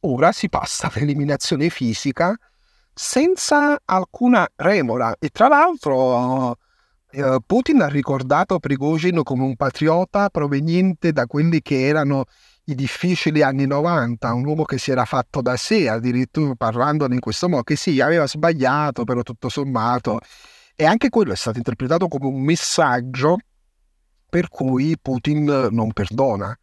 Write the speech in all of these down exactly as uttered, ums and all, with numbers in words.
ora si passa all'eliminazione fisica senza alcuna remora. E tra l'altro eh, Putin ha ricordato Prigozhin come un patriota proveniente da quelli che erano i difficili anni novanta, un uomo che si era fatto da sé, addirittura parlandone in questo modo, che sì, aveva sbagliato, però tutto sommato. E anche quello è stato interpretato come un messaggio per cui Putin non perdona.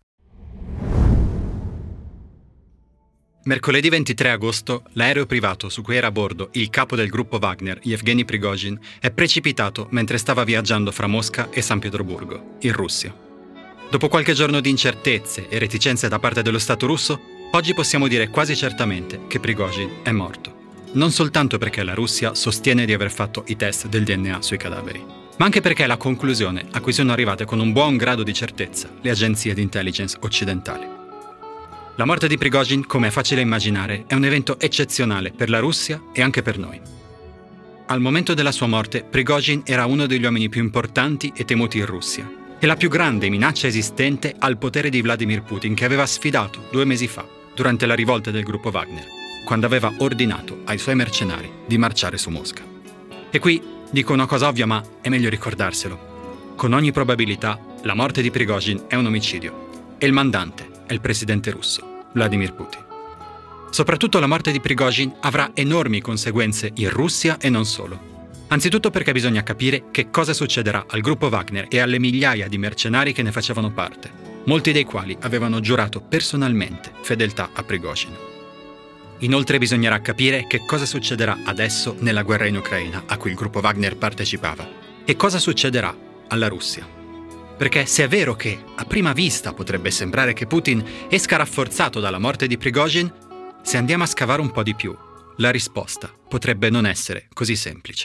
Mercoledì ventitré agosto, l'aereo privato su cui era a bordo il capo del gruppo Wagner, Yevgeny Prigozhin, è precipitato mentre stava viaggiando fra Mosca e San Pietroburgo, in Russia. Dopo qualche giorno di incertezze e reticenze da parte dello Stato russo, oggi possiamo dire quasi certamente che Prigozhin è morto. Non soltanto perché la Russia sostiene di aver fatto i test del D N A sui cadaveri, ma anche perché è la conclusione a cui sono arrivate con un buon grado di certezza le agenzie di intelligence occidentali. La morte di Prigozhin, come è facile immaginare, è un evento eccezionale per la Russia e anche per noi. Al momento della sua morte, Prigozhin era uno degli uomini più importanti e temuti in Russia e la più grande minaccia esistente al potere di Vladimir Putin, che aveva sfidato due mesi fa, durante la rivolta del gruppo Wagner, quando aveva ordinato ai suoi mercenari di marciare su Mosca. E qui dico una cosa ovvia, ma è meglio ricordarselo. Con ogni probabilità, la morte di Prigozhin è un omicidio e il mandante è il presidente russo, Vladimir Putin. Soprattutto la morte di Prigozhin avrà enormi conseguenze in Russia e non solo. Anzitutto perché bisogna capire che cosa succederà al gruppo Wagner e alle migliaia di mercenari che ne facevano parte, molti dei quali avevano giurato personalmente fedeltà a Prigozhin. Inoltre bisognerà capire che cosa succederà adesso nella guerra in Ucraina a cui il gruppo Wagner partecipava e cosa succederà alla Russia. Perché se è vero che a prima vista potrebbe sembrare che Putin esca rafforzato dalla morte di Prigozhin, se andiamo a scavare un po' di più, la risposta potrebbe non essere così semplice.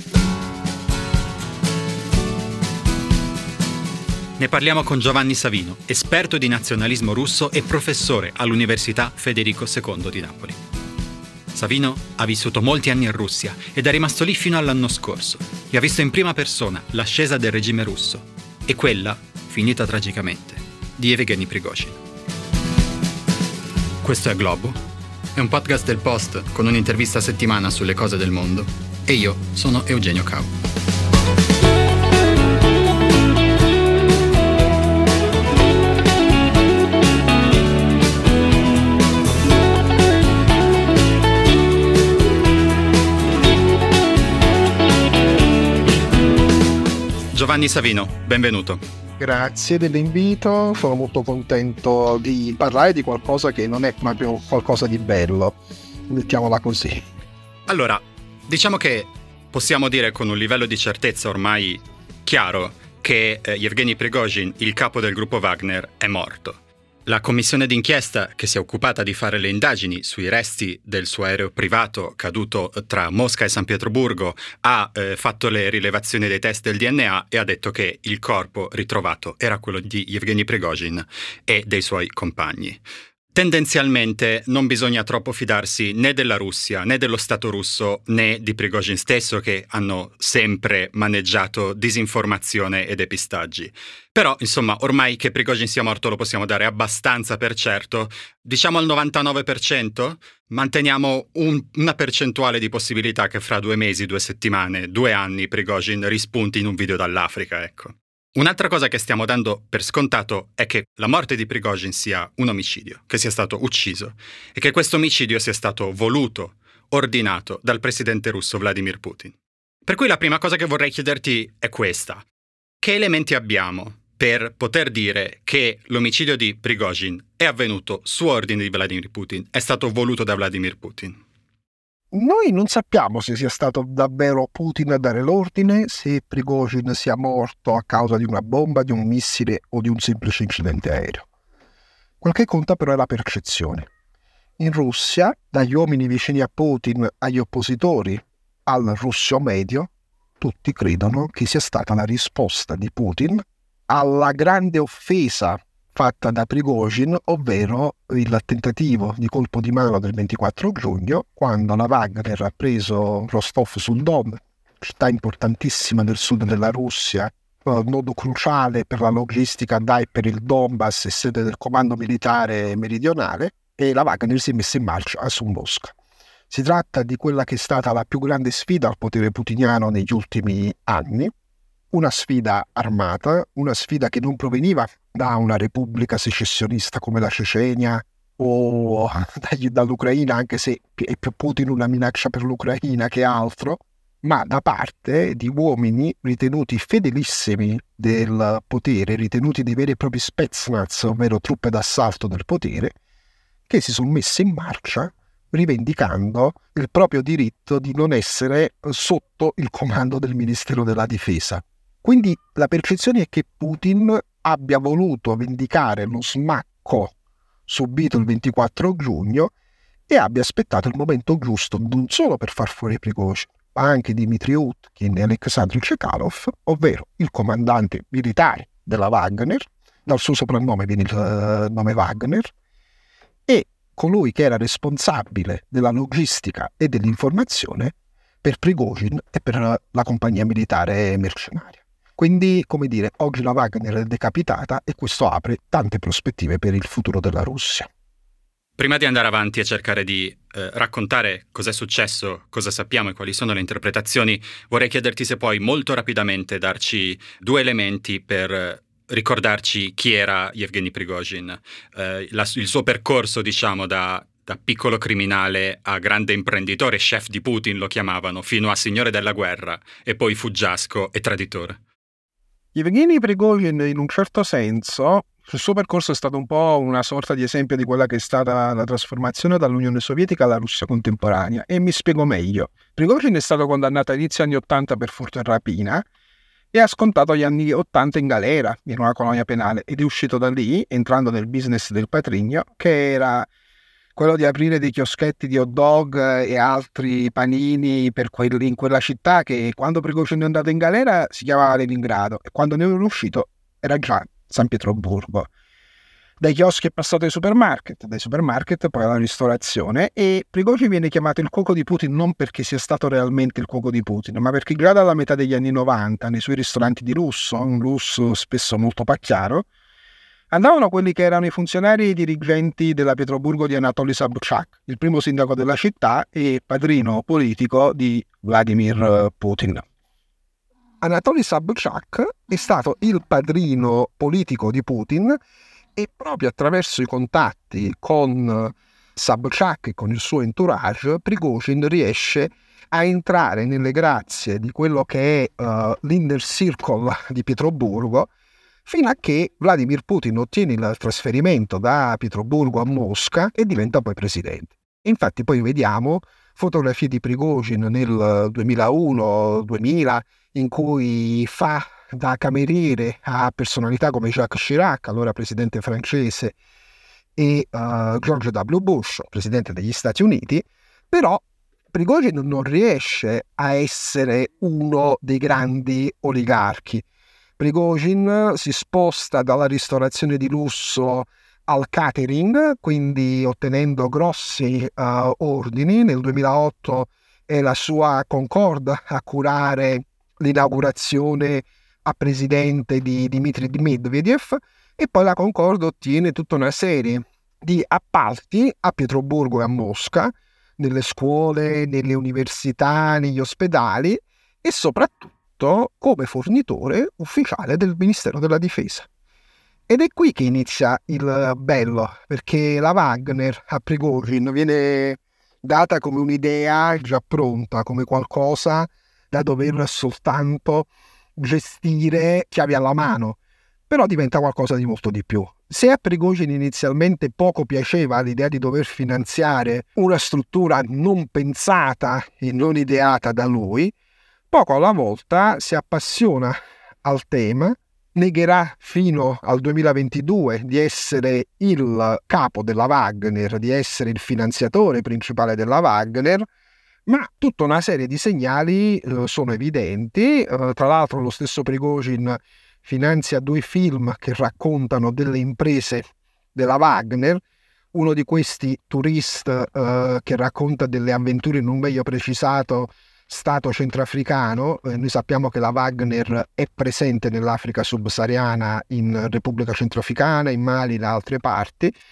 Ne parliamo con Giovanni Savino, esperto di nazionalismo russo e professore all'Università Federico secondo di Napoli. Savino ha vissuto molti anni in Russia ed è rimasto lì fino all'anno scorso e ha visto in prima persona l'ascesa del regime russo e quella, finita tragicamente, di Yevgeny Prigozhin. Questo è Globo, è un podcast del Post con un'intervista a settimana sulle cose del mondo e io sono Eugenio Cau. Giovanni Savino, benvenuto. Grazie dell'invito, sono molto contento di parlare di qualcosa che non è proprio qualcosa di bello, mettiamola così. Allora, diciamo che possiamo dire con un livello di certezza ormai chiaro che eh, Yevgeny Prigozhin, il capo del gruppo Wagner, è morto. La commissione d'inchiesta che si è occupata di fare le indagini sui resti del suo aereo privato caduto tra Mosca e San Pietroburgo ha eh, fatto le rilevazioni dei test del D N A e ha detto che il corpo ritrovato era quello di Yevgeny Prigozhin e dei suoi compagni. Tendenzialmente non bisogna troppo fidarsi né della Russia, né dello Stato russo, né di Prigozhin stesso, che hanno sempre maneggiato disinformazione e depistaggi. Però, insomma, ormai che Prigozhin sia morto lo possiamo dare abbastanza per certo. Diciamo al novantanove per cento, manteniamo un, una percentuale di possibilità che fra due mesi, due settimane, due anni Prigozhin rispunti in un video dall'Africa, ecco. Un'altra cosa che stiamo dando per scontato è che la morte di Prigozhin sia un omicidio, che sia stato ucciso e che questo omicidio sia stato voluto, ordinato dal presidente russo Vladimir Putin. Per cui la prima cosa che vorrei chiederti è questa. Che elementi abbiamo per poter dire che l'omicidio di Prigozhin è avvenuto su ordine di Vladimir Putin, è stato voluto da Vladimir Putin? Noi non sappiamo se sia stato davvero Putin a dare l'ordine, se Prigozhin sia morto a causa di una bomba, di un missile o di un semplice incidente aereo. Quel che conta però è la percezione. In Russia, dagli uomini vicini a Putin agli oppositori al russo medio, tutti credono che sia stata la risposta di Putin alla grande offesa fatta da Prigozhin, ovvero il tentativo di colpo di mano del ventiquattro giugno, quando la Wagner ha preso Rostov sul Don, città importantissima del sud della Russia, nodo cruciale per la logistica D A E per il Donbass e sede del comando militare meridionale, e la Wagner si è messa in marcia su Mosca. Si tratta di quella che è stata la più grande sfida al potere putiniano negli ultimi anni, una sfida armata, una sfida che non proveniva da una repubblica secessionista come la Cecenia o dall'Ucraina, anche se è più Putin una minaccia per l'Ucraina che altro, ma da parte di uomini ritenuti fedelissimi del potere, ritenuti dei veri e propri Spetsnaz, ovvero truppe d'assalto del potere, che si sono messe in marcia rivendicando il proprio diritto di non essere sotto il comando del Ministero della Difesa. Quindi la percezione è che Putin abbia voluto vendicare lo smacco subito il ventiquattro giugno e abbia aspettato il momento giusto non solo per far fuori Prigozhin, ma anche Dmitry Utkin e Alexandr Chekalov, ovvero il comandante militare della Wagner, dal suo soprannome viene il uh, nome Wagner, e colui che era responsabile della logistica e dell'informazione per Prigozhin e per la compagnia militare mercenaria. Quindi, come dire, oggi la Wagner è decapitata e questo apre tante prospettive per il futuro della Russia. Prima di andare avanti e cercare di eh, raccontare cos'è successo, cosa sappiamo e quali sono le interpretazioni, vorrei chiederti se puoi molto rapidamente darci due elementi per ricordarci chi era Yevgeny Prigozhin, eh, la, il suo percorso, diciamo, da, da piccolo criminale a grande imprenditore, chef di Putin lo chiamavano, fino a signore della guerra e poi fuggiasco e traditore. Yevgeny Prigozhin, in un certo senso, il suo percorso è stato un po' una sorta di esempio di quella che è stata la trasformazione dall'Unione Sovietica alla Russia contemporanea, e mi spiego meglio. Prigozhin è stato condannato a inizio anni ottanta per furto e rapina e ha scontato gli anni ottanta in galera, in una colonia penale, ed è uscito da lì, entrando nel business del patrigno, che era quello di aprire dei chioschetti di hot dog e altri panini per quelli in quella città che, quando Prigozhin è andato in galera, si chiamava Leningrado, e quando ne è uscito era già San Pietroburgo. Dai chioschi è passato ai supermarket, dai supermarket poi alla ristorazione, e Prigozhin viene chiamato il cuoco di Putin non perché sia stato realmente il cuoco di Putin, ma perché già dalla metà degli anni novanta nei suoi ristoranti di lusso, un lusso spesso molto pacchiaro, andavano quelli che erano i funzionari dirigenti della Pietroburgo di Anatoly Sobchak, il primo sindaco della città e padrino politico di Vladimir Putin. Anatoly Sobchak è stato il padrino politico di Putin e proprio attraverso i contatti con Sobchak e con il suo entourage Prigozhin riesce a entrare nelle grazie di quello che è uh, l'Inner Circle di Pietroburgo, fino a che Vladimir Putin ottiene il trasferimento da Pietroburgo a Mosca e diventa poi presidente. Infatti poi vediamo fotografie di Prigozhin nel duemilauno duemila in cui fa da cameriere a personalità come Jacques Chirac, allora presidente francese, e uh, George W. Bush, presidente degli Stati Uniti, però Prigozhin non riesce a essere uno dei grandi oligarchi. Prigozhin si sposta dalla ristorazione di lusso al catering, quindi ottenendo grossi uh, ordini. Nel duemilaotto è la sua Concorde a curare l'inaugurazione a presidente di Dmitry Medvedev, e poi la Concorde ottiene tutta una serie di appalti a Pietroburgo e a Mosca, nelle scuole, nelle università, negli ospedali e soprattutto come fornitore ufficiale del Ministero della Difesa. Ed è qui che inizia il bello, perché la Wagner a Prigozhin viene data come un'idea già pronta, come qualcosa da dover soltanto gestire chiavi alla mano, però diventa qualcosa di molto di più. Se a Prigozhin inizialmente poco piaceva l'idea di dover finanziare una struttura non pensata e non ideata da lui, poco alla volta si appassiona al tema, negherà fino al duemilaventidue di essere il capo della Wagner, di essere il finanziatore principale della Wagner, ma tutta una serie di segnali eh, sono evidenti. Eh, tra l'altro lo stesso Prigozhin finanzia due film che raccontano delle imprese della Wagner, uno di questi Tourist eh, che racconta delle avventure in un meglio precisato stato centroafricano. Eh, noi sappiamo che la Wagner è presente nell'Africa subsahariana, in Repubblica Centroafricana, in Mali e da altre parti. Uh,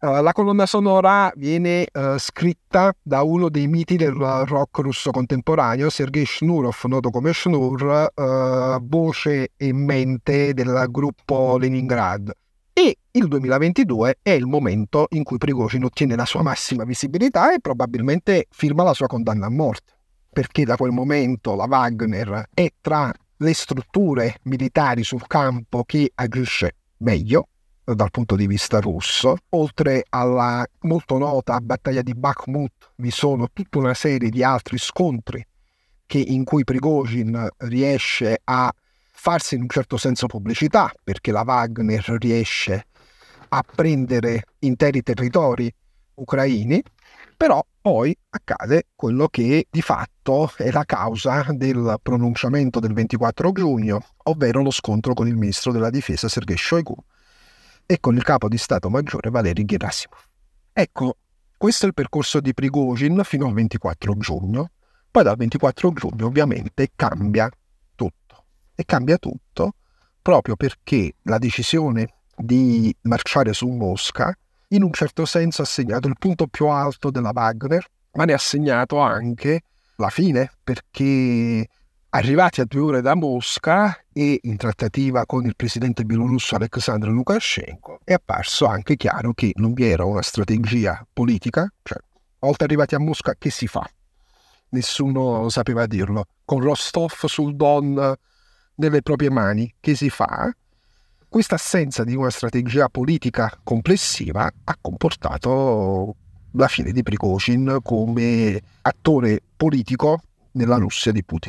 Uh, la colonna sonora viene uh, scritta da uno dei miti del rock russo contemporaneo, Sergei Shnurov, noto come Shnur, uh, voce e mente del gruppo Leningrad. E il duemilaventidue è il momento in cui Prigozhin ottiene la sua massima visibilità e probabilmente firma la sua condanna a morte, perché da quel momento la Wagner è tra le strutture militari sul campo che agisce meglio dal punto di vista russo. Oltre alla molto nota battaglia di Bakhmut vi sono tutta una serie di altri scontri che in cui Prigozhin riesce a farsi in un certo senso pubblicità, perché la Wagner riesce a prendere interi territori ucraini, però poi accade quello che di fatto è la causa del pronunciamento del ventiquattro giugno, ovvero lo scontro con il ministro della difesa Sergei Shoigu e con il capo di Stato Maggiore Valery Gerasimov. Ecco, questo è il percorso di Prigozhin fino al ventiquattro giugno. Poi dal ventiquattro giugno ovviamente cambia tutto. E cambia tutto proprio perché la decisione di marciare su Mosca in un certo senso ha segnato il punto più alto della Wagner, ma ne ha segnato anche la fine, perché arrivati a due ore da Mosca e in trattativa con il presidente bielorusso Alexander Lukashenko è apparso anche chiaro che non vi era una strategia politica, cioè una volta arrivati a Mosca che si fa? Nessuno sapeva dirlo. Con Rostov sul Don nelle proprie mani, che si fa? Questa assenza di una strategia politica complessiva ha comportato la fine di Prigozhin come attore politico nella Russia di Putin.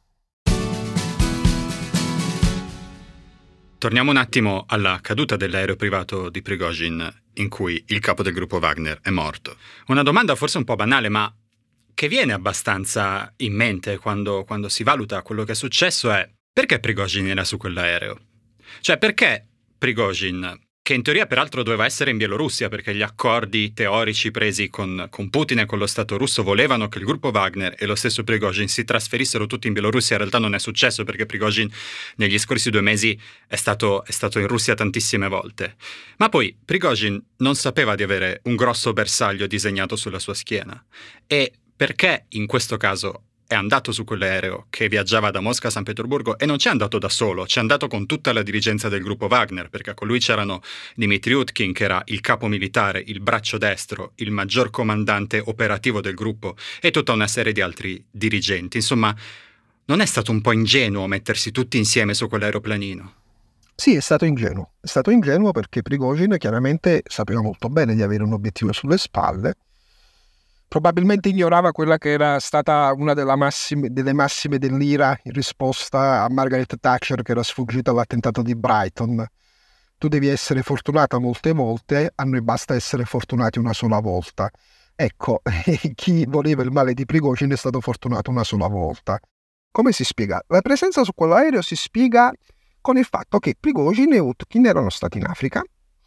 Torniamo un attimo alla caduta dell'aereo privato di Prigozhin, in cui il capo del gruppo Wagner è morto. Una domanda forse un po' banale, ma che viene abbastanza in mente quando, quando si valuta quello che è successo è: perché Prigozhin era su quell'aereo? Cioè, perché Prigozhin, che in teoria peraltro doveva essere in Bielorussia perché gli accordi teorici presi con, con Putin e con lo Stato russo volevano che il gruppo Wagner e lo stesso Prigozhin si trasferissero tutti in Bielorussia, in realtà non è successo perché Prigozhin negli scorsi due mesi è stato, è stato in Russia tantissime volte. Ma poi Prigozhin non sapeva di avere un grosso bersaglio disegnato sulla sua schiena. E perché in questo caso è andato su quell'aereo che viaggiava da Mosca a San Pietroburgo, e non c'è andato da solo, c'è andato con tutta la dirigenza del gruppo Wagner, perché con lui c'erano Dmitry Utkin, che era il capo militare, il braccio destro, il maggior comandante operativo del gruppo, e tutta una serie di altri dirigenti. Insomma, non è stato un po' ingenuo mettersi tutti insieme su quell'aeroplanino? Sì, è stato ingenuo. È stato ingenuo perché Prigozhin chiaramente sapeva molto bene di avere un obiettivo sulle spalle. Probabilmente ignorava quella che era stata una delle massime, delle massime dell'I R A in risposta a Margaret Thatcher, che era sfuggita all'attentato di Brighton. Tu devi essere fortunata molte volte, a noi basta essere fortunati una sola volta. Ecco, chi voleva il male di Prigozhin è stato fortunato una sola volta. Come si spiega? La presenza su quell'aereo si spiega con il fatto che Prigozhin e Utkin erano stati in Africa,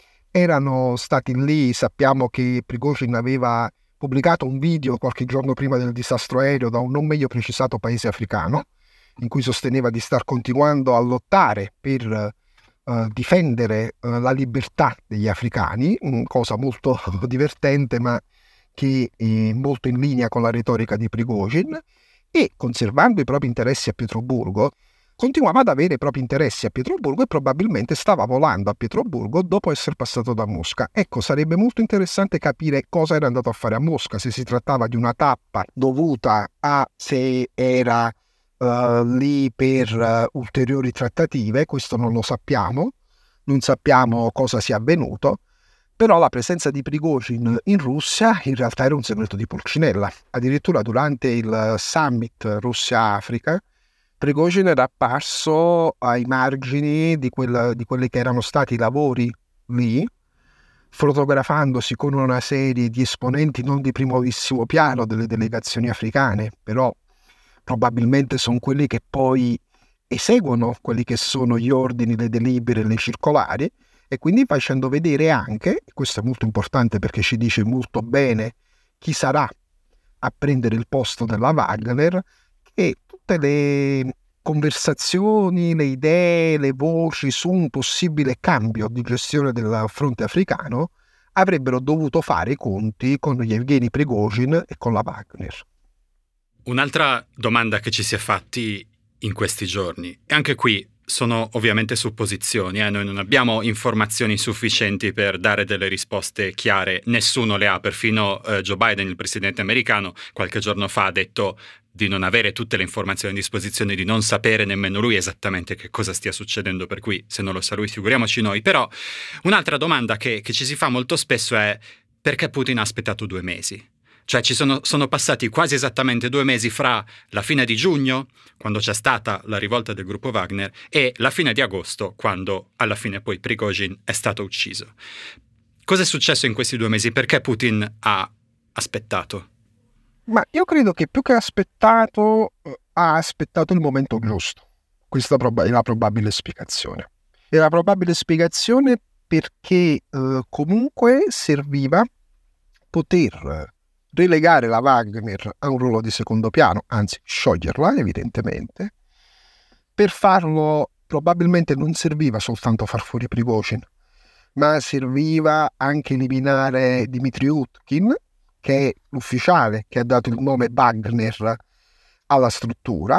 erano stati lì. Sappiamo che Prigozhin aveva pubblicato un video qualche giorno prima del disastro aereo da un non meglio precisato paese africano, in cui sosteneva di star continuando a lottare per uh, difendere uh, la libertà degli africani, cosa molto divertente ma che è molto in linea con la retorica di Prigozhin, e conservando i propri interessi a Pietroburgo continuava ad avere i propri interessi a Pietroburgo e probabilmente stava volando a Pietroburgo dopo essere passato da Mosca. Ecco, sarebbe molto interessante capire cosa era andato a fare a Mosca, se si trattava di una tappa dovuta a se era uh, lì per uh, ulteriori trattative. Questo non lo sappiamo, non sappiamo cosa sia avvenuto, però la presenza di Prigozhin in Russia in realtà era un segreto di Pulcinella. Addirittura durante il summit Russia-Africa Prigozhin era apparso ai margini di, quel, di quelli che erano stati i lavori lì, fotografandosi con una serie di esponenti non di primissimo piano delle delegazioni africane, però probabilmente sono quelli che poi eseguono quelli che sono gli ordini, le delibere, le circolari, e quindi facendo vedere anche, e questo è molto importante perché ci dice molto bene chi sarà a prendere il posto della Wagner, e tutte le conversazioni, le idee, le voci su un possibile cambio di gestione del fronte africano avrebbero dovuto fare i conti con Yevgeny Prigozhin e con la Wagner. Un'altra domanda che ci si è fatti in questi giorni, e anche qui sono ovviamente supposizioni, eh? Noi non abbiamo informazioni sufficienti per dare delle risposte chiare, nessuno le ha, perfino eh, Joe Biden, il presidente americano, qualche giorno fa ha detto di non avere tutte le informazioni a disposizione, di non sapere nemmeno lui esattamente che cosa stia succedendo, per cui se non lo sa lui figuriamoci noi. Però un'altra domanda che, che ci si fa molto spesso è: perché Putin ha aspettato due mesi? Cioè ci sono, sono passati quasi esattamente due mesi fra la fine di giugno, quando c'è stata la rivolta del gruppo Wagner, e la fine di agosto, quando alla fine poi Prigozhin è stato ucciso. Cosa è successo in questi due mesi? Perché Putin ha aspettato? Ma io credo che più che aspettato, ha aspettato il momento giusto. Questa è la probabile spiegazione. È la probabile spiegazione perché eh, comunque serviva poter relegare la Wagner a un ruolo di secondo piano, anzi scioglierla evidentemente. Per farlo probabilmente non serviva soltanto far fuori Prigozhin, ma serviva anche eliminare Dmitry Utkin, che è l'ufficiale che ha dato il nome Wagner alla struttura,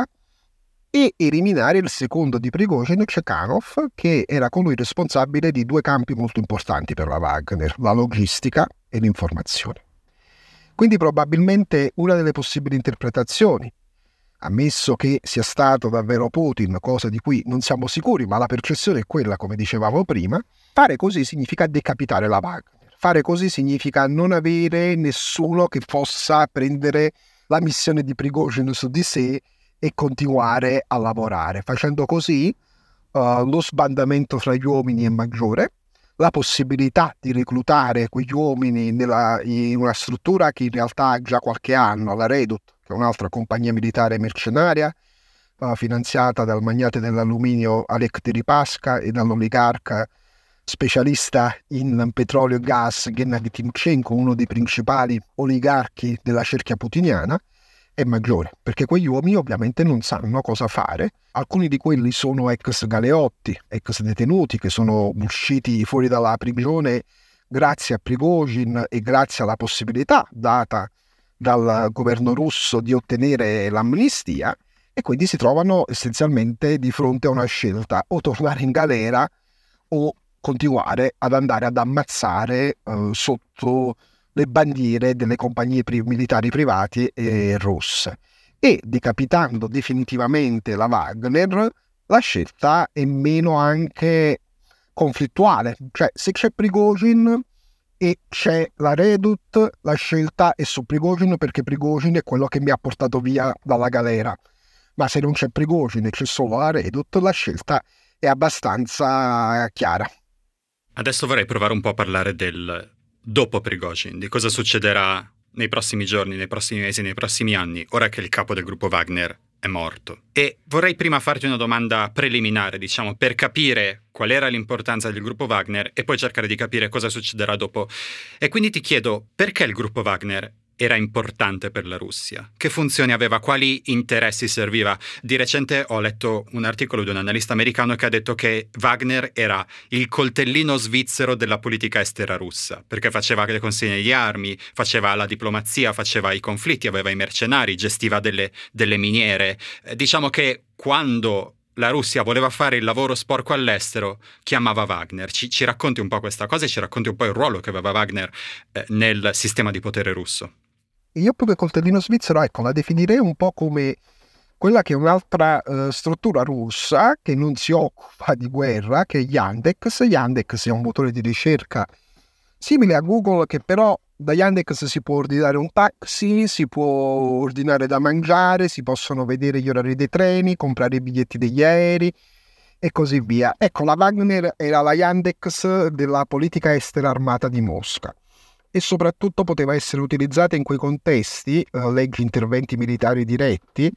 e eliminare il secondo di Prigozhin, Chekhanov, che era colui responsabile di due campi molto importanti per la Wagner, la logistica e l'informazione. Quindi probabilmente una delle possibili interpretazioni, ammesso che sia stato davvero Putin, cosa di cui non siamo sicuri, ma la percezione è quella, come dicevamo prima, fare così significa decapitare la Wagner. Fare così significa non avere nessuno che possa prendere la missione di Prigozhin su di sé e continuare a lavorare. Facendo così uh, lo sbandamento fra gli uomini è maggiore, la possibilità di reclutare quegli uomini nella, in una struttura che in realtà ha già qualche anno, la Redut, che è un'altra compagnia militare mercenaria, uh, finanziata dal magnate dell'alluminio Oleg Deripaska e dall'oligarca specialista in petrolio e gas Gennady Timchenko, uno dei principali oligarchi della cerchia putiniana, è maggiore, perché quegli uomini ovviamente non sanno cosa fare. Alcuni di quelli sono ex galeotti, ex detenuti che sono usciti fuori dalla prigione grazie a Prigozhin e grazie alla possibilità data dal governo russo di ottenere l'amnistia, e quindi si trovano essenzialmente di fronte a una scelta: o tornare in galera o continuare ad andare ad ammazzare eh, sotto le bandiere delle compagnie pri- militari privati e russe. E decapitando definitivamente la Wagner, la scelta è meno anche conflittuale. Cioè, se c'è Prigozhin e c'è la Redut, la scelta è su Prigozhin, perché Prigozhin è quello che mi ha portato via dalla galera. Ma se non c'è Prigozhin e c'è solo la Redut, la scelta è abbastanza chiara. Adesso vorrei provare un po' a parlare del dopo Prigozhin, di cosa succederà nei prossimi giorni, nei prossimi mesi, nei prossimi anni, ora che il capo del gruppo Wagner è morto. E vorrei prima farti una domanda preliminare, diciamo, per capire qual era l'importanza del gruppo Wagner e poi cercare di capire cosa succederà dopo. E quindi ti chiedo, perché il gruppo Wagner era importante per la Russia? Che funzioni aveva? Quali interessi serviva? Di recente ho letto un articolo di un analista americano che ha detto che Wagner era il coltellino svizzero della politica estera russa, perché faceva le consegne di armi, faceva la diplomazia, faceva i conflitti, aveva i mercenari, gestiva delle, delle miniere. Eh, diciamo che quando la Russia voleva fare il lavoro sporco all'estero, chiamava Wagner. Ci, ci racconti un po' questa cosa e ci racconti un po' il ruolo che aveva Wagner eh, nel sistema di potere russo? Io più che coltellino svizzero, ecco, la definirei un po' come quella che è un'altra uh, struttura russa che non si occupa di guerra, che è Yandex. Yandex è un motore di ricerca simile a Google, che però da Yandex si può ordinare un taxi, si può ordinare da mangiare, si possono vedere gli orari dei treni, comprare i biglietti degli aerei e così via. Ecco, la Wagner era la Yandex della politica estera armata di Mosca. E soprattutto poteva essere utilizzata in quei contesti, uh, leggi interventi militari diretti,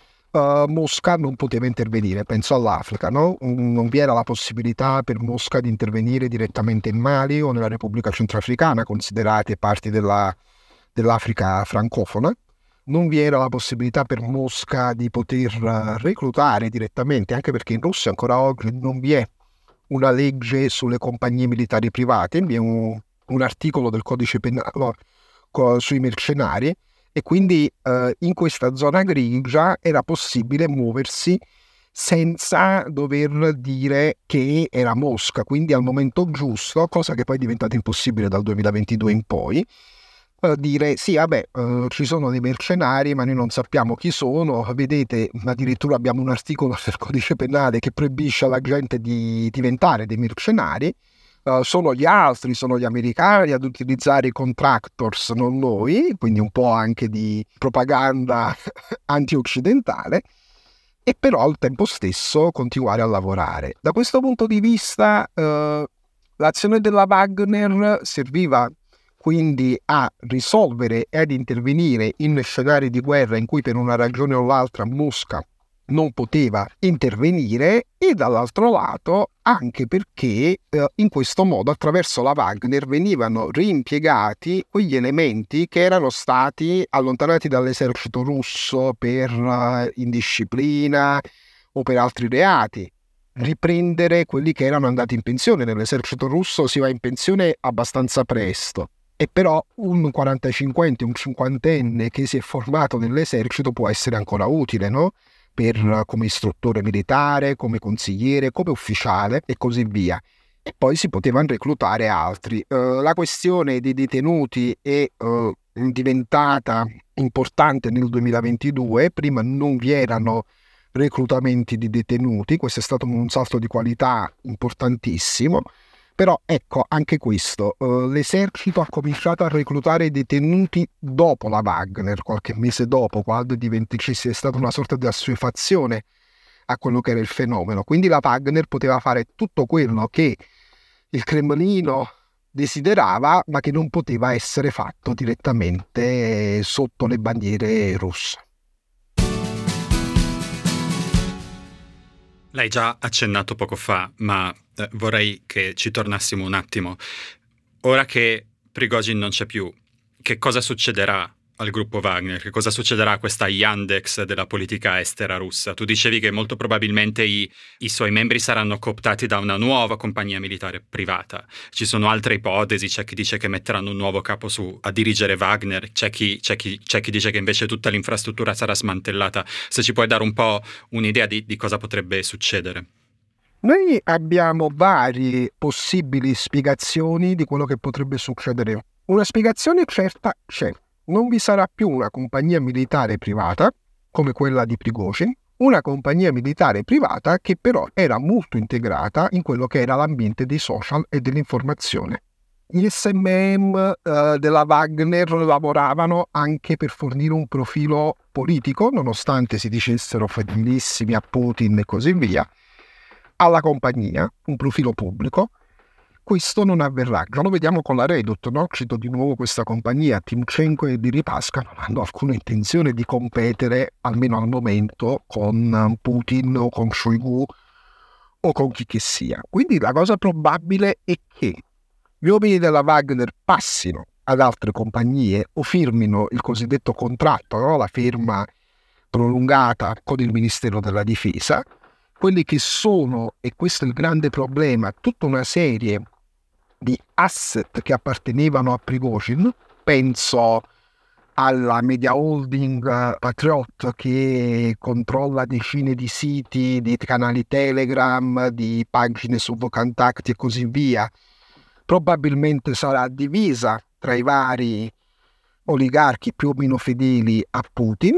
uh, Mosca non poteva intervenire. Penso all'Africa, no? Non vi era la possibilità per Mosca di intervenire direttamente in Mali o nella Repubblica Centrafricana, considerate parti della, dell'Africa francofona. Non vi era la possibilità per Mosca di poter uh, reclutare direttamente, anche perché in Russia ancora oggi non vi è una legge sulle compagnie militari private, vi è un un articolo del codice penale co- sui mercenari, e quindi eh, in questa zona grigia era possibile muoversi senza dover dire che era Mosca, quindi al momento giusto, cosa che poi è diventata impossibile dal duemilaventidue in poi, eh, dire sì, vabbè, eh, ci sono dei mercenari, ma noi non sappiamo chi sono, vedete, addirittura abbiamo un articolo del codice penale che proibisce alla gente di diventare dei mercenari, uh, sono gli altri, sono gli americani ad utilizzare i contractors, non noi, quindi un po' anche di propaganda anti-occidentale, e però al tempo stesso continuare a lavorare. Da questo punto di vista uh, l'azione della Wagner serviva quindi a risolvere e ad intervenire in scenari di guerra in cui per una ragione o l'altra Mosca non poteva intervenire, e dall'altro lato anche perché eh, in questo modo attraverso la Wagner venivano reimpiegati quegli elementi che erano stati allontanati dall'esercito russo per uh, indisciplina o per altri reati. Riprendere quelli che erano andati in pensione. Nell'esercito russo si va in pensione abbastanza presto, e però un quarantacinquenne, un cinquantenne che si è formato nell'esercito può essere ancora utile, no? Per, come istruttore militare, come consigliere, come ufficiale e così via. E poi si potevano reclutare altri. Uh, la questione dei detenuti è uh, diventata importante nel duemilaventidue, prima non vi erano reclutamenti di detenuti, questo è stato un salto di qualità importantissimo. Però ecco, anche questo, uh, l'esercito ha cominciato a reclutare i detenuti dopo la Wagner, qualche mese dopo, quando ci sia stata una sorta di assuefazione a quello che era il fenomeno. Quindi la Wagner poteva fare tutto quello che il Cremlino desiderava, ma che non poteva essere fatto direttamente sotto le bandiere russe. L'hai già accennato poco fa, ma eh, vorrei che ci tornassimo un attimo. Ora che Prigozhin non c'è più, che cosa succederà al gruppo Wagner? Che cosa succederà a questa Yandex della politica estera russa? Tu dicevi che molto probabilmente i, i suoi membri saranno cooptati da una nuova compagnia militare privata. Ci sono altre ipotesi, c'è chi dice che metteranno un nuovo capo su a dirigere Wagner, c'è chi, c'è chi, c'è chi dice che invece tutta l'infrastruttura sarà smantellata. Se ci puoi dare un po' un'idea di, di cosa potrebbe succedere. Noi abbiamo varie possibili spiegazioni di quello che potrebbe succedere. Una spiegazione certa c'è. Non vi sarà più una compagnia militare privata, come quella di Prigozhin, una compagnia militare privata che però era molto integrata in quello che era l'ambiente dei social e dell'informazione. Gli S M M uh, della Wagner lavoravano anche per fornire un profilo politico, nonostante si dicessero fedelissimi a Putin e così via, alla compagnia, un profilo pubblico. Questo non avverrà. Già lo vediamo con la Redut, no? Cito di nuovo questa compagnia. Timchenko e Deripaska non hanno alcuna intenzione di competere, almeno al momento, con Putin o con Shoigu o con chi che sia. Quindi la cosa probabile è che gli uomini della Wagner passino ad altre compagnie o firmino il cosiddetto contratto, no? La firma prolungata con il Ministero della Difesa. Quelli che sono, e questo è il grande problema, tutta una serie di asset che appartenevano a Prigozhin, penso alla media holding Patriot che controlla decine di siti, di canali Telegram, di pagine su VKontakte e così via, probabilmente sarà divisa tra i vari oligarchi più o meno fedeli a Putin,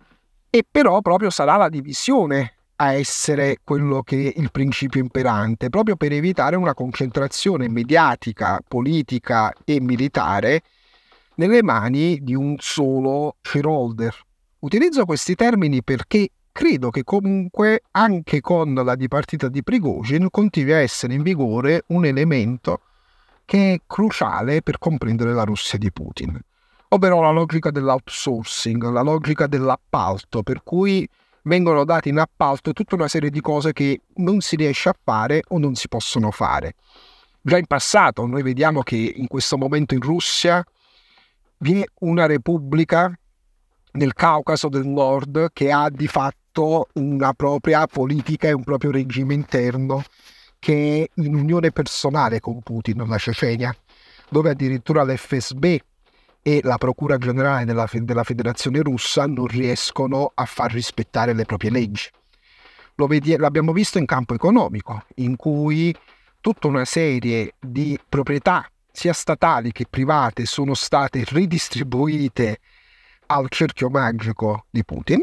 e però proprio sarà la divisione a essere quello che è il principio imperante, proprio per evitare una concentrazione mediatica, politica e militare nelle mani di un solo shareholder. Utilizzo questi termini perché credo che comunque anche con la dipartita di Prigozhin continui a essere in vigore un elemento che è cruciale per comprendere la Russia di Putin, ovvero la logica dell'outsourcing, la logica dell'appalto, per cui vengono dati in appalto tutta una serie di cose che non si riesce a fare o non si possono fare. Già in passato noi vediamo che in questo momento in Russia vi è una repubblica nel Caucaso del Nord che ha di fatto una propria politica e un proprio regime interno che è in unione personale con Putin, la Cecenia. dove addirittura l'F S B e la Procura Generale della, della Federazione Russa non riescono a far rispettare le proprie leggi. Lo vedi, l'abbiamo visto in campo economico, in cui tutta una serie di proprietà, sia statali che private, sono state ridistribuite al cerchio magico di Putin,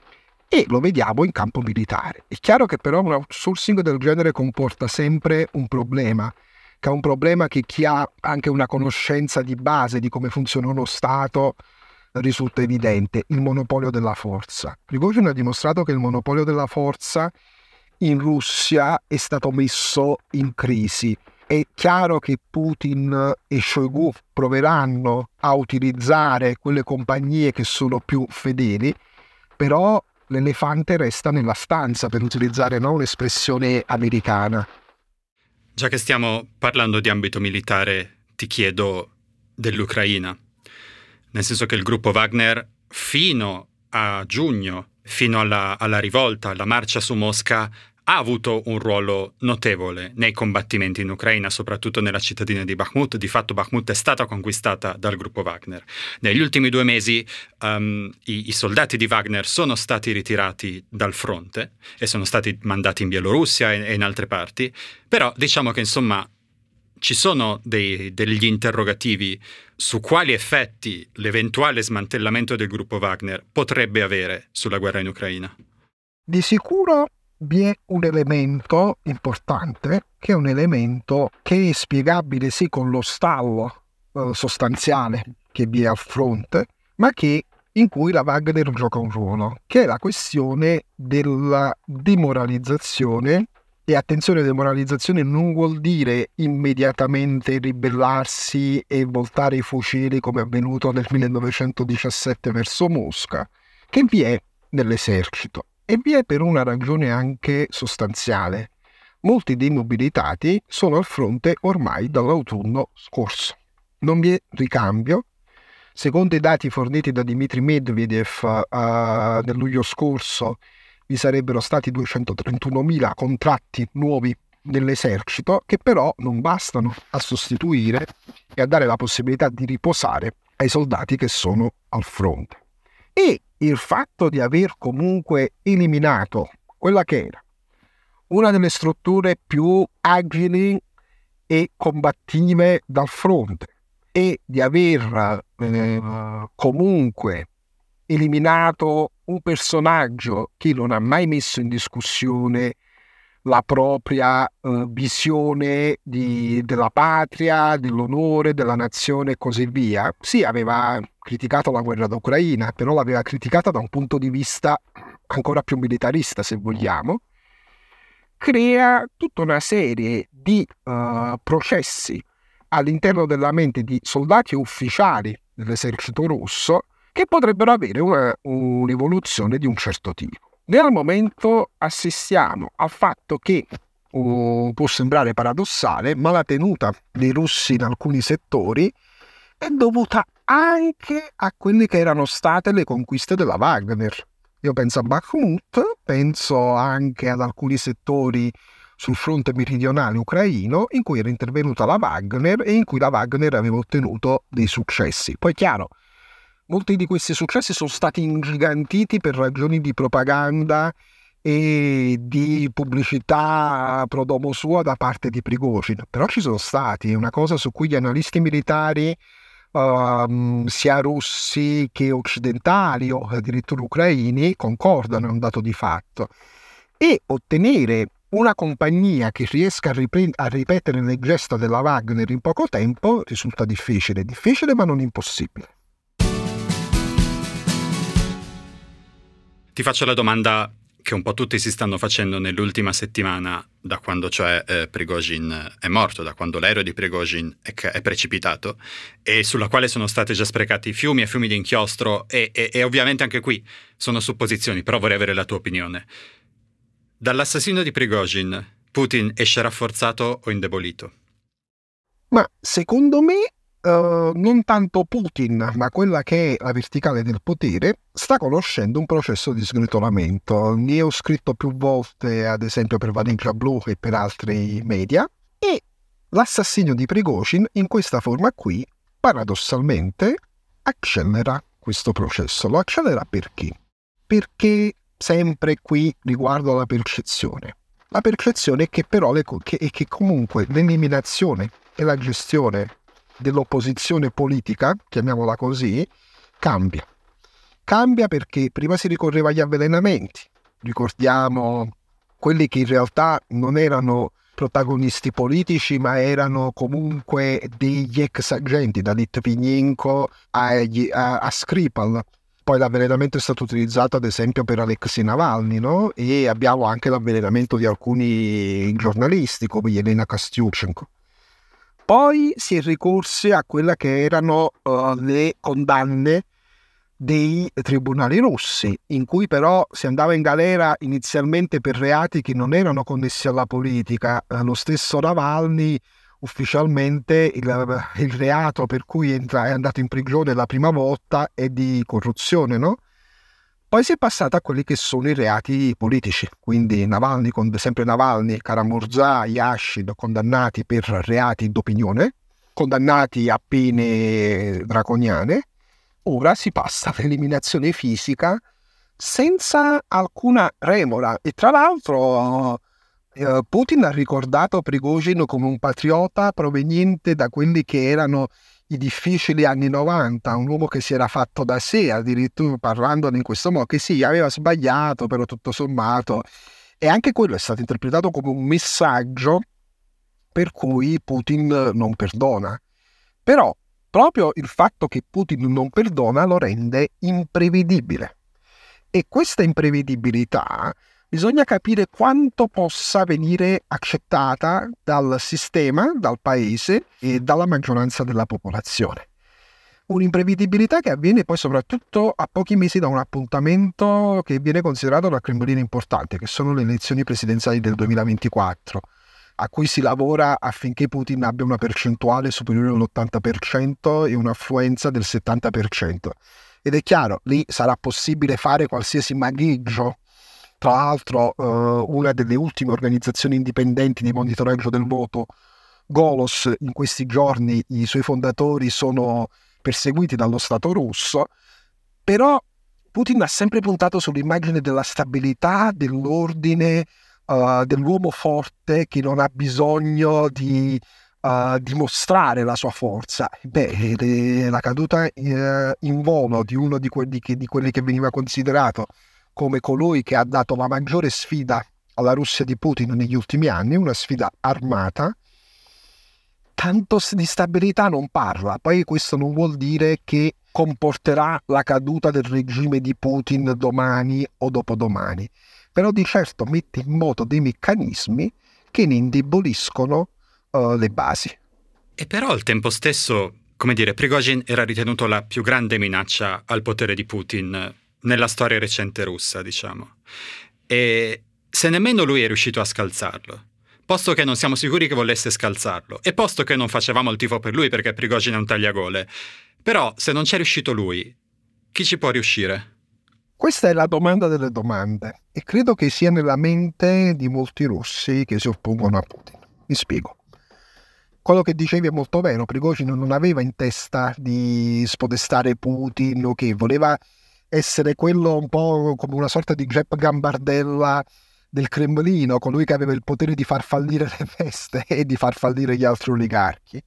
e lo vediamo in campo militare. È chiaro che però un outsourcing del genere comporta sempre un problema, che è un problema che chi ha anche una conoscenza di base di come funziona uno Stato risulta evidente: il monopolio della forza. Prigozhin ha dimostrato che il monopolio della forza in Russia è stato messo in crisi. È chiaro che Putin e Shoigu proveranno a utilizzare quelle compagnie che sono più fedeli, però l'elefante resta nella stanza, per utilizzare, no, un'espressione americana. Già che stiamo parlando di ambito militare, ti chiedo dell'Ucraina. Nel senso che il gruppo Wagner fino a giugno, fino alla, alla rivolta, alla marcia su Mosca, ha avuto un ruolo notevole nei combattimenti in Ucraina, soprattutto nella cittadina di Bakhmut. Di fatto Bakhmut è stata conquistata dal gruppo Wagner. Negli ultimi due mesi um, i, i soldati di Wagner sono stati ritirati dal fronte e sono stati mandati in Bielorussia e, e in altre parti, però diciamo che insomma ci sono dei, degli interrogativi su quali effetti l'eventuale smantellamento del gruppo Wagner potrebbe avere sulla guerra in Ucraina. Di sicuro vi è un elemento importante, che è un elemento che è spiegabile sì con lo stallo eh, sostanziale che vi è al fronte, ma che in cui la Wagner gioca un ruolo, che è la questione della demoralizzazione. E attenzione, demoralizzazione non vuol dire immediatamente ribellarsi e voltare i fucili come è avvenuto nel millenovecentodiciassette verso Mosca, che vi è nell'esercito. E vi è per una ragione anche sostanziale. Molti dei mobilitati sono al fronte ormai dall'autunno scorso. Non vi è ricambio. Secondo i dati forniti da Dmitry Medvedev uh, nel luglio scorso, vi sarebbero stati duecentotrentunomila contratti nuovi nell'esercito, che però non bastano a sostituire e a dare la possibilità di riposare ai soldati che sono al fronte. E il fatto di aver comunque eliminato quella che era una delle strutture più agili e combattive dal fronte, e di aver eh, comunque eliminato un personaggio che non ha mai messo in discussione la propria eh, visione di, della patria, dell'onore, della nazione e così via. Sì, aveva criticato la guerra d'Ucraina, però l'aveva criticata da un punto di vista ancora più militarista, se vogliamo. Crea tutta una serie di uh, processi all'interno della mente di soldati e ufficiali dell'esercito russo che potrebbero avere una, un'evoluzione di un certo tipo. Nel momento assistiamo al fatto che, uh, può sembrare paradossale, ma la tenuta dei russi in alcuni settori è dovuta anche a quelle che erano state le conquiste della Wagner. Io penso a Bakhmut, penso anche ad alcuni settori sul fronte meridionale ucraino in cui era intervenuta la Wagner e in cui la Wagner aveva ottenuto dei successi. Poi chiaro, molti di questi successi sono stati ingigantiti per ragioni di propaganda e di pubblicità pro domo sua da parte di Prigozhin, però ci sono stati, una cosa su cui gli analisti militari Uh, sia russi che occidentali o addirittura ucraini concordano, è un dato di fatto. E ottenere una compagnia che riesca a, ripre- a ripetere le gesta della Wagner in poco tempo risulta difficile, difficile ma non impossibile. Ti faccio la domanda che un po' tutti si stanno facendo nell'ultima settimana, da quando cioè eh, Prigozhin è morto, da quando l'aereo di Prigozhin è, è precipitato, e sulla quale sono stati già sprecati fiumi e fiumi di inchiostro, e, e, e ovviamente anche qui sono supposizioni, però vorrei avere la tua opinione. Dall'assassino di Prigozhin, Putin esce rafforzato o indebolito? Ma secondo me Uh, non tanto Putin, ma quella che è la verticale del potere, sta conoscendo un processo di sgretolamento. Ne ho scritto più volte, ad esempio per Valentia Blu e per altri media, e l'assassinio di Prigozhin in questa forma qui, paradossalmente, accelera questo processo. Lo accelera perché? Perché sempre qui riguardo alla percezione. La percezione è che però le, che, è che comunque l'eliminazione e la gestione dell'opposizione politica, chiamiamola così, cambia. Cambia perché prima si ricorreva agli avvelenamenti. Ricordiamo quelli che in realtà non erano protagonisti politici, ma erano comunque degli ex agenti, da Litvinenko a, a, a Skripal. Poi l'avvelenamento è stato utilizzato ad esempio per Alexei Navalny, no? E abbiamo anche l'avvelenamento di alcuni giornalisti come Elena Kostyuchenko. Poi si è ricorsi a quelle che erano uh, le condanne dei tribunali russi, in cui però si andava in galera inizialmente per reati che non erano connessi alla politica. Lo stesso Navalny, ufficialmente il, il reato per cui entra, è andato in prigione la prima volta è di corruzione, no? Poi si è passato a quelli che sono i reati politici, quindi Navalny, sempre Navalny, Karamurza, Yashin, condannati per reati d'opinione, condannati a pene draconiane. Ora si passa all'eliminazione fisica senza alcuna remora. E tra l'altro eh, Putin ha ricordato Prigozhin come un patriota proveniente da quelli che erano i difficili anni novanta, un uomo che si era fatto da sé, addirittura parlandone in questo modo, che sì, aveva sbagliato, però tutto sommato. E anche quello è stato interpretato come un messaggio per cui Putin non perdona. Però proprio il fatto che Putin non perdona lo rende imprevedibile. E questa imprevedibilità bisogna capire quanto possa venire accettata dal sistema, dal paese e dalla maggioranza della popolazione. Un'imprevedibilità che avviene poi soprattutto a pochi mesi da un appuntamento che viene considerato dal Cremlino importante, che sono le elezioni presidenziali del duemilaventiquattro. A cui si lavora affinché Putin abbia una percentuale superiore all'ottanta per cento e un'affluenza del settanta per cento. Ed è chiaro, lì sarà possibile fare qualsiasi magheggio. Tra l'altro, eh, una delle ultime organizzazioni indipendenti di monitoraggio del voto, Golos, in questi giorni i suoi fondatori sono perseguiti dallo Stato russo, però Putin ha sempre puntato sull'immagine della stabilità, dell'ordine, Uh, dell'uomo forte che non ha bisogno di uh, dimostrare la sua forza. Beh, le, la caduta uh, in volo di uno di quelli, che, di quelli che veniva considerato come colui che ha dato la maggiore sfida alla Russia di Putin negli ultimi anni, una sfida armata, tanto di stabilità non parla. Poi questo non vuol dire che comporterà la caduta del regime di Putin domani o dopodomani. Però di certo mette in moto dei meccanismi che ne indeboliscono uh, le basi. E però al tempo stesso, come dire, Prigozhin era ritenuto la più grande minaccia al potere di Putin nella storia recente russa, diciamo. E se nemmeno lui è riuscito a scalzarlo, posto che non siamo sicuri che volesse scalzarlo, e posto che non facevamo il tifo per lui perché Prigozhin è un tagliagole, però se non c'è riuscito lui, chi ci può riuscire? Questa è la domanda delle domande e credo che sia nella mente di molti russi che si oppongono a Putin. Mi spiego. Quello che dicevi è molto vero, Prigozhin non aveva in testa di spodestare Putin o che voleva essere quello un po' come una sorta di Jeb Gambardella del Cremlino, colui che aveva il potere di far fallire le feste e di far fallire gli altri oligarchi.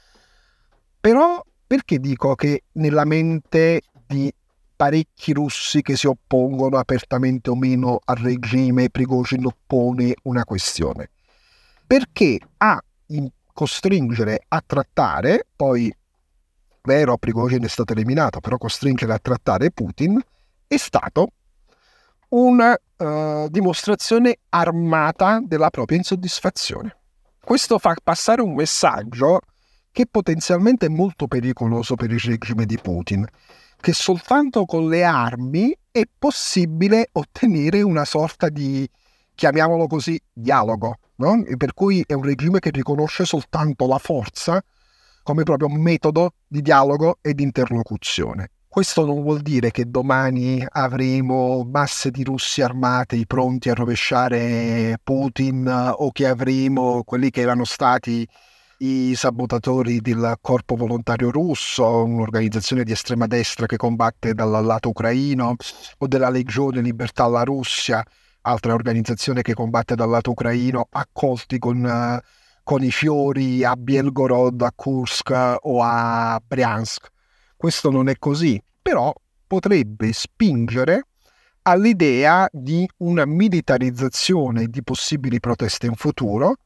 Però perché dico che nella mente di parecchi russi che si oppongono apertamente o meno al regime Prigozhin pone una questione? Perché a costringere a trattare, poi vero Prigozhin è stato eliminato, però costringere a trattare Putin è stato una uh, dimostrazione armata della propria insoddisfazione. Questo fa passare un messaggio che potenzialmente è molto pericoloso per il regime di Putin, che soltanto con le armi è possibile ottenere una sorta di, chiamiamolo così, dialogo, no? Per cui è un regime che riconosce soltanto la forza come proprio metodo di dialogo e di interlocuzione. Questo non vuol dire che domani avremo masse di russi armati pronti a rovesciare Putin o che avremo quelli che erano stati i sabotatori del Corpo Volontario Russo, un'organizzazione di estrema destra che combatte dal lato ucraino, o della Legione Libertà alla Russia, altra organizzazione che combatte dal lato ucraino, accolti con, uh, con i fiori a Belgorod, a Kursk o a Bryansk. Questo non è così, però potrebbe spingere all'idea di una militarizzazione di possibili proteste in futuro,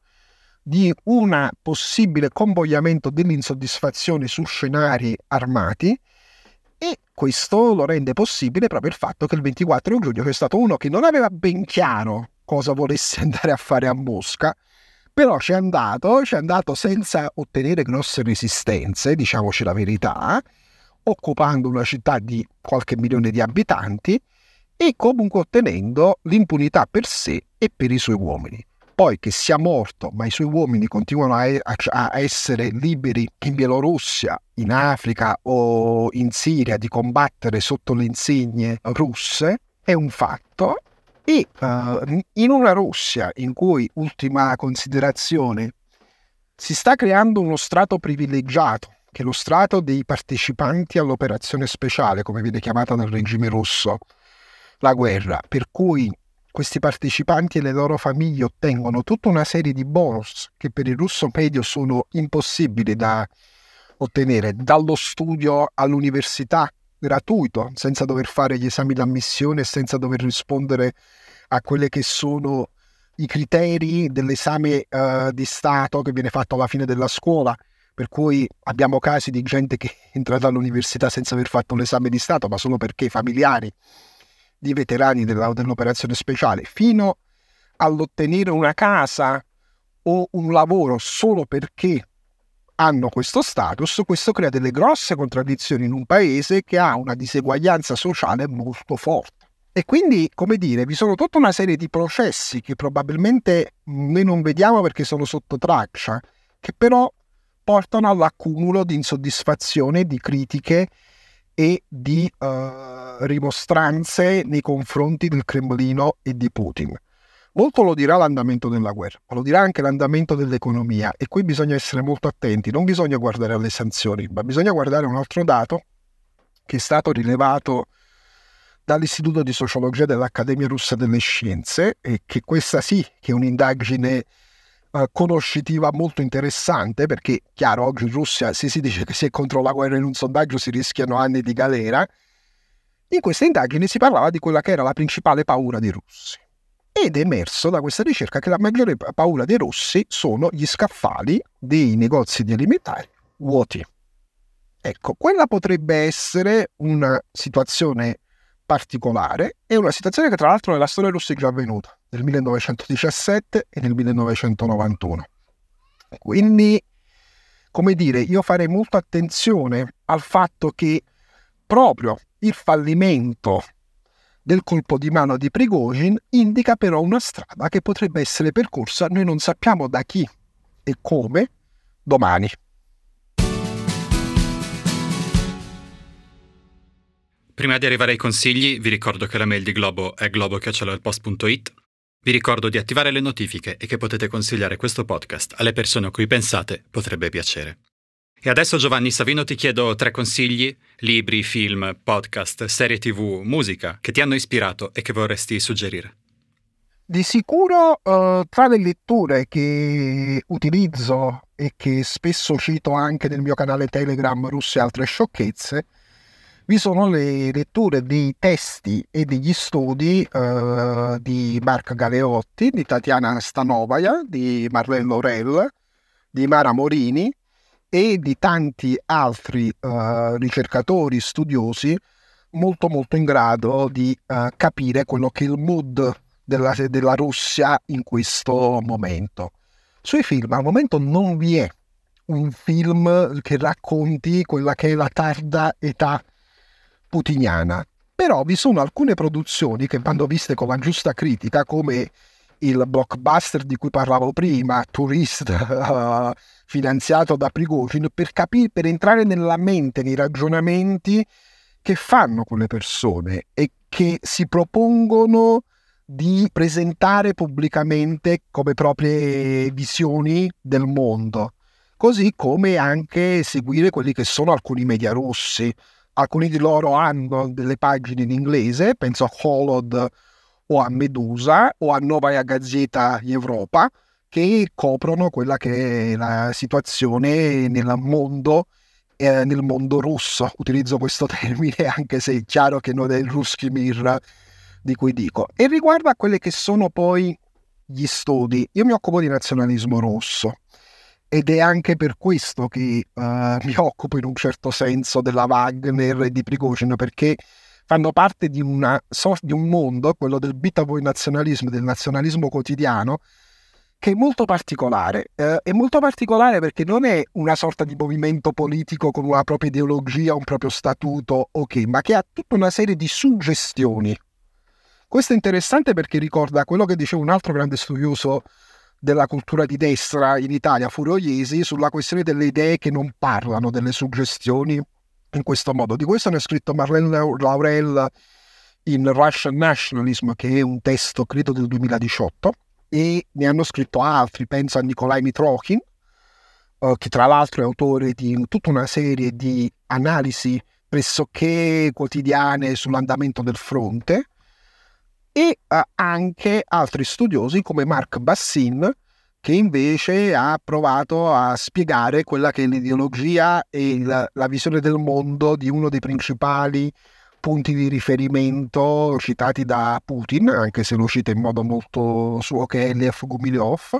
di un possibile convogliamento dell'insoddisfazione su scenari armati, e questo lo rende possibile proprio il fatto che il ventiquattro giugno c'è stato uno che non aveva ben chiaro cosa volesse andare a fare a Mosca, però c'è andato, c'è andato senza ottenere grosse resistenze, diciamoci la verità, occupando una città di qualche milione di abitanti e comunque ottenendo l'impunità per sé e per i suoi uomini. Poi che sia morto, ma i suoi uomini continuano a, a essere liberi in Bielorussia, in Africa o in Siria di combattere sotto le insegne russe, è un fatto. E uh, in una Russia in cui, ultima considerazione, si sta creando uno strato privilegiato, che è lo strato dei partecipanti all'operazione speciale, come viene chiamata dal regime russo, la guerra, per cui questi partecipanti e le loro famiglie ottengono tutta una serie di bonus che per il russo medio sono impossibili da ottenere, dallo studio all'università gratuito, senza dover fare gli esami d'ammissione, senza dover rispondere a quelle che sono i criteri dell'esame uh, di Stato che viene fatto alla fine della scuola, per cui abbiamo casi di gente che è entrata all'università senza aver fatto l'esame di Stato, ma solo perché i familiari di veterani della, dell'operazione speciale, fino all'ottenere una casa o un lavoro solo perché hanno questo status. Questo crea delle grosse contraddizioni in un paese che ha una diseguaglianza sociale molto forte. E quindi, come dire, vi sono tutta una serie di processi che probabilmente noi non vediamo perché sono sotto traccia, che però portano all'accumulo di insoddisfazione, di critiche e di uh, rimostranze nei confronti del Cremlino e di Putin. Molto lo dirà l'andamento della guerra, ma lo dirà anche l'andamento dell'economia, e qui bisogna essere molto attenti. Non bisogna guardare alle sanzioni, ma bisogna guardare un altro dato che è stato rilevato dall'Istituto di Sociologia dell'Accademia Russa delle Scienze, e che questa sì che è un'indagine uh, conoscitiva molto interessante, perché chiaro, oggi in Russia se si dice che si è contro la guerra in un sondaggio si rischiano anni di galera. In questa indagine si parlava di quella che era la principale paura dei russi, ed è emerso da questa ricerca che la maggiore paura dei russi sono gli scaffali dei negozi di alimentari vuoti. Ecco, quella potrebbe essere una situazione particolare, è una situazione che tra l'altro nella storia russa è già avvenuta nel millenovecentodiciassette e nel millenovecentonovantuno. Quindi, come dire, io farei molta attenzione al fatto che proprio il fallimento del colpo di mano di Prigozhin indica però una strada che potrebbe essere percorsa, noi non sappiamo da chi e come, domani. Prima di arrivare ai consigli, vi ricordo che la mail di Globo è globo chiocciola il post punto it. Vi ricordo di attivare le notifiche e che potete consigliare questo podcast alle persone a cui pensate potrebbe piacere. E adesso, Giovanni Savino, ti chiedo tre consigli, libri, film, podcast, serie tv, musica, che ti hanno ispirato e che vorresti suggerire. Di sicuro uh, tra le letture che utilizzo e che spesso cito anche nel mio canale Telegram Russia e altre sciocchezze, vi sono le letture dei testi e degli studi uh, di Mark Galeotti, di Tatiana Stanovaya, di Marlene Laurel, di Mara Morini e di tanti altri uh, ricercatori, studiosi molto molto in grado di uh, capire quello che è il mood della, della Russia in questo momento. Sui film al momento non vi è un film che racconti quella che è la tarda età putiniana, però vi sono alcune produzioni che vanno viste con la giusta critica, come il blockbuster di cui parlavo prima, Tourist, uh, finanziato da Prigozhin, per capire, per entrare nella mente, nei ragionamenti che fanno quelle persone e che si propongono di presentare pubblicamente come proprie visioni del mondo, così come anche seguire quelli che sono alcuni media rossi. Alcuni di loro hanno delle pagine in inglese, penso a Holod o a Medusa o a Novaya Gazeta Europa, che coprono quella che è la situazione nel mondo, eh, nel mondo russo. Utilizzo questo termine anche se è chiaro che non è il Ruskij Mir di cui dico. E riguardo a quelli che sono poi gli studi, io mi occupo di nazionalismo russo. Ed è anche per questo che uh, mi occupo in un certo senso della Wagner e di Prigozhin, perché fanno parte di, una, di un mondo, quello del bitavoy nazionalismo, del nazionalismo quotidiano, che è molto particolare. Uh, è molto particolare perché non è una sorta di movimento politico con una propria ideologia, un proprio statuto, ok, ma che ha tutta una serie di suggestioni. Questo è interessante perché ricorda quello che diceva un altro grande studioso della cultura di destra in Italia, Furio Iesi, sulla questione delle idee che non parlano, delle suggestioni in questo modo. Di questo ne ha scritto Marlene Laurel in Russian Nationalism, che è un testo credo del duemiladiciotto, e ne hanno scritto altri, penso a Nikolai Mitrokhin, uh, che tra l'altro è autore di tutta una serie di analisi pressoché quotidiane sull'andamento del fronte, e uh, anche altri studiosi come Marc Bassin, che invece ha provato a spiegare quella che è l'ideologia e il, la visione del mondo di uno dei principali punti di riferimento citati da Putin, anche se lo cita in modo molto suo, che è Lev Gumilyov,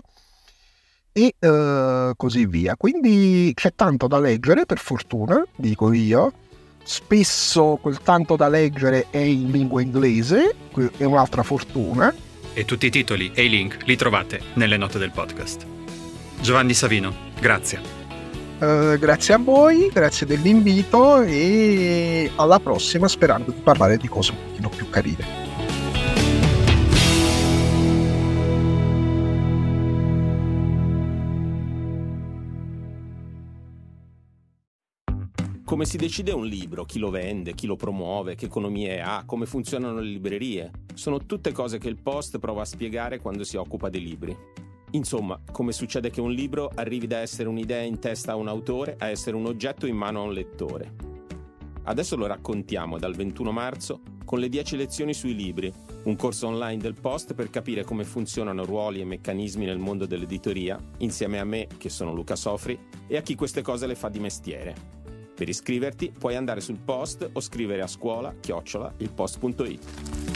e uh, così via. Quindi c'è tanto da leggere, per fortuna, dico io. Spesso quel tanto da leggere è in lingua inglese, è un'altra fortuna. E tutti i titoli e i link li trovate nelle note del podcast. Giovanni Savino, grazie. Uh, grazie a voi, grazie dell'invito e alla prossima, sperando di parlare di cose un pochino più carine. Come si decide un libro, chi lo vende, chi lo promuove, che economie ha, come funzionano le librerie. Sono tutte cose che il Post prova a spiegare quando si occupa dei libri. Insomma, come succede che un libro arrivi da essere un'idea in testa a un autore a essere un oggetto in mano a un lettore. Adesso lo raccontiamo dal ventuno marzo con le dieci lezioni sui libri, un corso online del Post per capire come funzionano ruoli e meccanismi nel mondo dell'editoria, insieme a me, che sono Luca Sofri, e a chi queste cose le fa di mestiere. Per iscriverti puoi andare sul Post o scrivere a scuola chiocciola il post punto it.